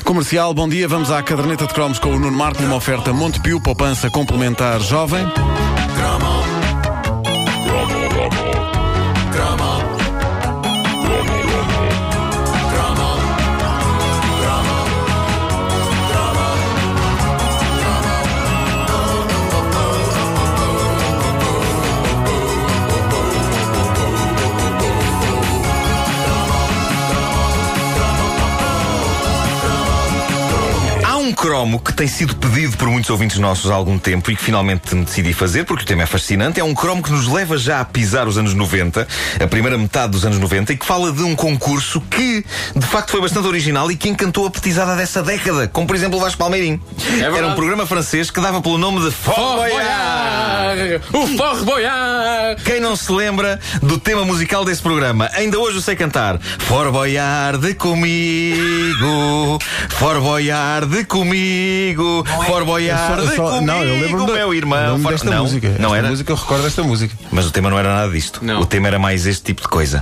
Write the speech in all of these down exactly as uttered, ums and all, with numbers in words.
Comercial, bom dia. Vamos à caderneta de cromos com o Nuno Marco, uma oferta Montepio, poupança complementar jovem. Um cromo que tem sido pedido por muitos ouvintes nossos há algum tempo e que finalmente me decidi fazer, porque o tema é fascinante. É um cromo que nos leva já a pisar os anos noventa, a primeira metade dos anos noventa, e que fala de um concurso que, de facto, foi bastante original e que encantou a petizada dessa década, como, por exemplo, o Vasco Palmeirim. É Era um programa francês que dava pelo nome de Fort Boyard! O Fort Boyard! Quem não se lembra do tema musical desse programa? Ainda hoje eu sei cantar. Fort Boyard comigo, Fort Boyard comigo, Fort Boyard comigo, não, eu lembro meu irmão. Eu For... desta não, música. Não esta era? música, eu recordo desta música. Mas o tema não era nada disto. Não. O tema era mais este tipo de coisa.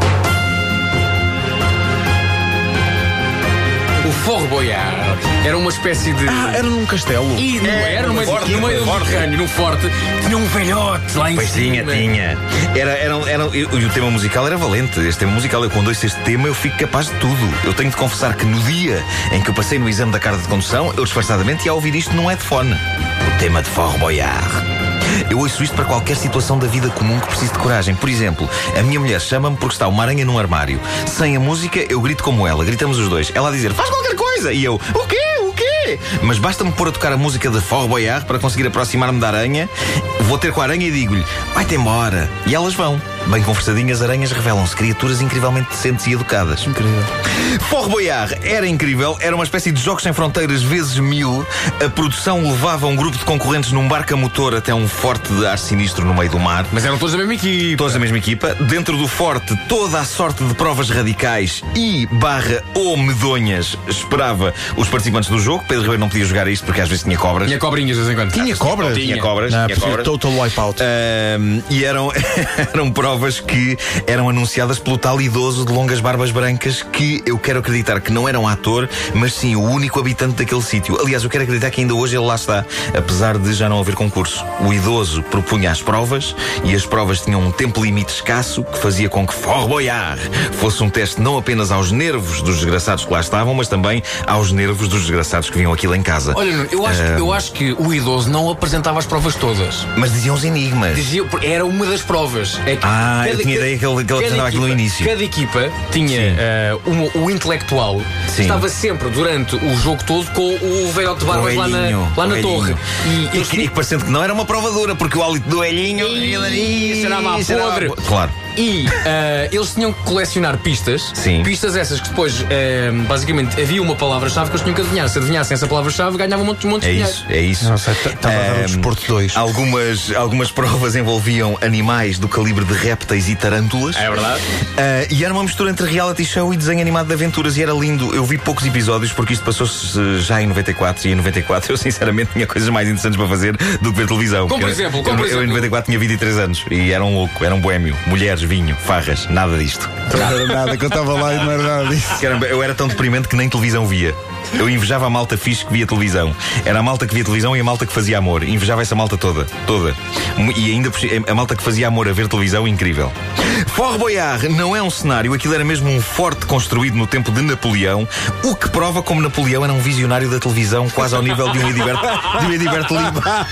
O Fort Boyard era uma espécie de... Ah, era num castelo. E não É, era no no meio, forte, no meio no do forte. Mediterrâneo, num forte, tinha um velhote lá em Pois tinha, cima. tinha. Era, era, era, e o tema musical era valente. Este tema musical, eu quando ouço este tema, eu fico capaz de tudo. Eu tenho de confessar que no dia em que eu passei no exame da carta de condução, eu disfarçadamente ia ouvir isto num headphone. O tema de Fort Boyard. Eu ouço isto para qualquer situação da vida comum que precise de coragem. Por exemplo, a minha mulher chama-me porque está uma aranha num armário. Sem a música, eu grito como ela. Gritamos os dois. Ela a dizer, faz qualquer coisa. E eu, o quê? O quê? Mas basta-me pôr a tocar a música de Fort Boyard para conseguir aproximar-me da aranha. Vou ter com a aranha e digo-lhe, vai-te embora. E elas vão. Bem conversadinhas, aranhas revelam-se criaturas incrivelmente decentes e educadas. Incrível. Fort Boyard era incrível, era uma espécie de Jogos Sem Fronteiras vezes mil. A produção levava um grupo de concorrentes num barco a motor até um forte de ar sinistro no meio do mar. Mas eram todos da mesma equipe. Todos da mesma equipa. Dentro do forte, toda a sorte de provas radicais e barra ou medonhas esperava os participantes do jogo. Pedro Ribeiro não podia jogar isto porque às vezes tinha cobras. Tinha cobrinhas de vez em quando. Tinha cobras? Tinha cobras. Não, tinha prefiro cobras. Total Wipeout. Ahm, e eram, eram provas que eram anunciadas pelo tal idoso de longas barbas brancas que eu quero acreditar que não era um ator, mas sim o único habitante daquele sítio. Aliás, eu quero acreditar que ainda hoje ele lá está, apesar de já não haver concurso. O idoso propunha as provas e as provas tinham um tempo limite escasso que fazia com que Fort Boyard fosse um teste não apenas aos nervos dos desgraçados que lá estavam, mas também aos nervos dos desgraçados que vinham aquilo em casa. Olha, Nuno, eu acho, eu acho que o idoso não apresentava as provas todas. Mas diziam os enigmas. Dizia, era uma das provas. É que Ah, eu tinha ideia que ele, que ele apresentava aquilo no início. Cada equipa tinha uh, um, o intelectual. Sim. Estava sempre durante o jogo todo com o velhote de barbas lá na, lá na torre. E, e, que, e parecendo que não era uma prova dura, porque o hálito do velhinho cheirava a podre. Claro. E uh, eles tinham que colecionar pistas. Sim. Pistas essas que depois, uh, basicamente, havia uma palavra-chave que eles tinham que adivinhar. Se adivinhassem essa palavra-chave, ganhavam um monte, um monte É de isso, é isso. Não sei, estava a ver o Desporto dois. Algumas, algumas provas envolviam animais do calibre de répteis e tarântulas. É verdade. Uh, e era uma mistura entre reality show e desenho animado de aventuras e era lindo. Eu vi poucos episódios porque isto passou-se já em noventa e quatro e em noventa e quatro eu sinceramente tinha coisas mais interessantes para fazer do que ver televisão. Como por Eu- exemplo, eu, como por eu exemplo? em noventa e quatro tinha vinte e três anos e era um louco, era um boémio. Mulheres, vinho, farras, nada disto. Não era nada, que eu estava lá e não era nada disso. Caramba, eu era tão deprimente que nem televisão via. Eu invejava a malta fixe que via televisão. Era a malta que via televisão e a malta que fazia amor. Invejava essa malta toda, toda. E ainda por cima, a malta que fazia amor a ver televisão, incrível. Fort Boyard não é um cenário, aquilo era mesmo um forte construído no tempo de Napoleão, o que prova como Napoleão era um visionário da televisão, quase ao nível de um Ediberto, de um Ediberto Lima.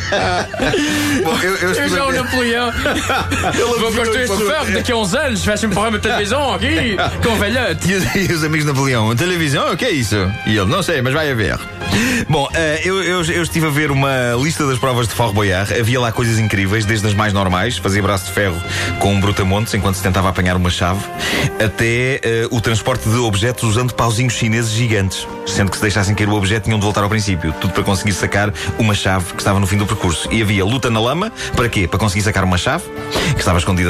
Bom, eu, eu Eu já o Napoleão. Vou construir este ferro daqui a uns anos. Fecha-me um programa de televisão aqui com o velhote. E os, e os amigos de Napoleão, televisão, o que é isso? E ele, não sei, mas vai haver. Bom, uh, eu, eu, eu estive a ver uma lista das provas de Fort Boyard. Havia lá coisas incríveis, desde as mais normais, fazer braço de ferro com um brutamontes enquanto se tentava apanhar uma chave, até uh, o transporte de objetos usando pauzinhos chineses gigantes. Sendo que se deixassem cair o objeto tinham de voltar ao princípio. Tudo para conseguir sacar uma chave que estava no fim do percurso. E havia luta na lama, para quê? Para conseguir sacar uma chave que estava escondida na lama.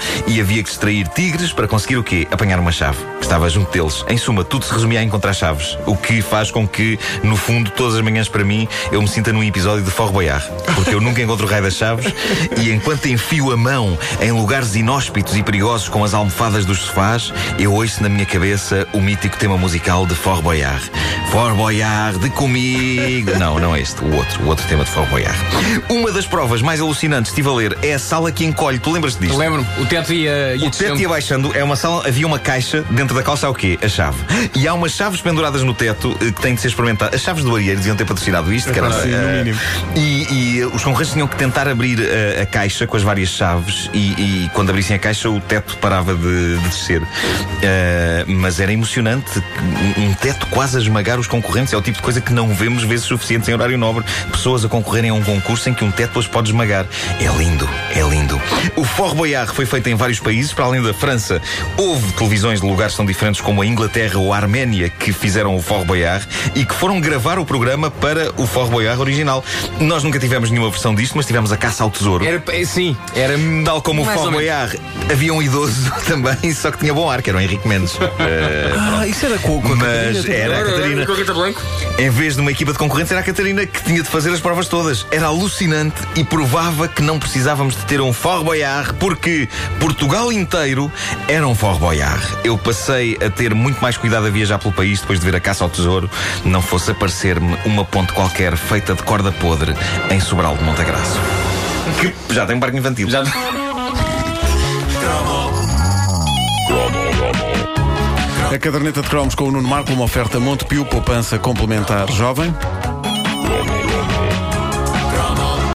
e havia que extrair tigres para conseguir o quê? Apanhar uma chave que estava junto deles. Em suma, tudo se resumia a encontrar chaves, o que faz com que, no fundo, todas as manhãs para mim, eu me sinta num episódio de Fort Boyard, porque eu nunca encontro o raio das chaves e enquanto enfio a mão em lugares inóspitos e perigosos com as almofadas dos sofás, eu ouço na minha cabeça o mítico tema musical de Fort Boyard. Fort Boyard de comigo. Não, não é este, o outro, o outro tema de Fort Boyard. Uma das provas mais alucinantes que estive a ler é a sala que encolhe. Tu lembras-te disto? Lembro-me, o teto ia, ia O teto ia baixando, é uma sala, havia uma caixa, dentro da calça há o quê? A chave. E há umas chaves penduradas no teto eh, que têm de ser experimentadas. As chaves do areeiro deviam ter patrocinado isto, que era, Sim, no eh, mínimo. E, e os concorrentes tinham que tentar abrir a, a caixa com as várias chaves e, e quando abrissem a caixa o teto parava de, de descer. Uh, mas era emocionante. Um, um teto quase a esmagar os concorrentes. É o tipo de coisa que não vemos vezes suficientes em horário nobre. Pessoas a concorrerem a um concurso em que um teto as pode esmagar. É lindo, é lindo. O Fort Boyard foi feito em vários países. Para além da França, houve televisões de lugares tão diferentes como a Inglaterra ou a Arménia que fizeram o Fort Boyard e que foram gravar o programa para o Fort Boyard original. Nós nunca tivemos nenhuma versão disto, mas tivemos a caça ao tesouro. Era, sim, era Tal como o mais Fort ou menos. Boyard, havia um idoso também, só que tinha bom ar, que era o Henrique Mendes. Eh, Ah, isso era com, com a Mas Catarina. era a Catarina. Com a Rita Blanco. Em vez de uma equipa de concorrentes, era a Catarina que tinha de fazer as provas todas. Era alucinante e provava que não precisávamos de ter um Fort Boyard, porque Portugal inteiro era um Fort Boyard. Eu passei a ter muito mais cuidado a viajar pelo país depois de ver a caça ao tesouro, não fosse aparecer-me uma ponte qualquer feita de corda podre em Sobral de Montagraço. Que já tem um parque infantil. Já... A caderneta de cromos com o Nuno Marco, uma oferta Montepio, poupança complementar jovem.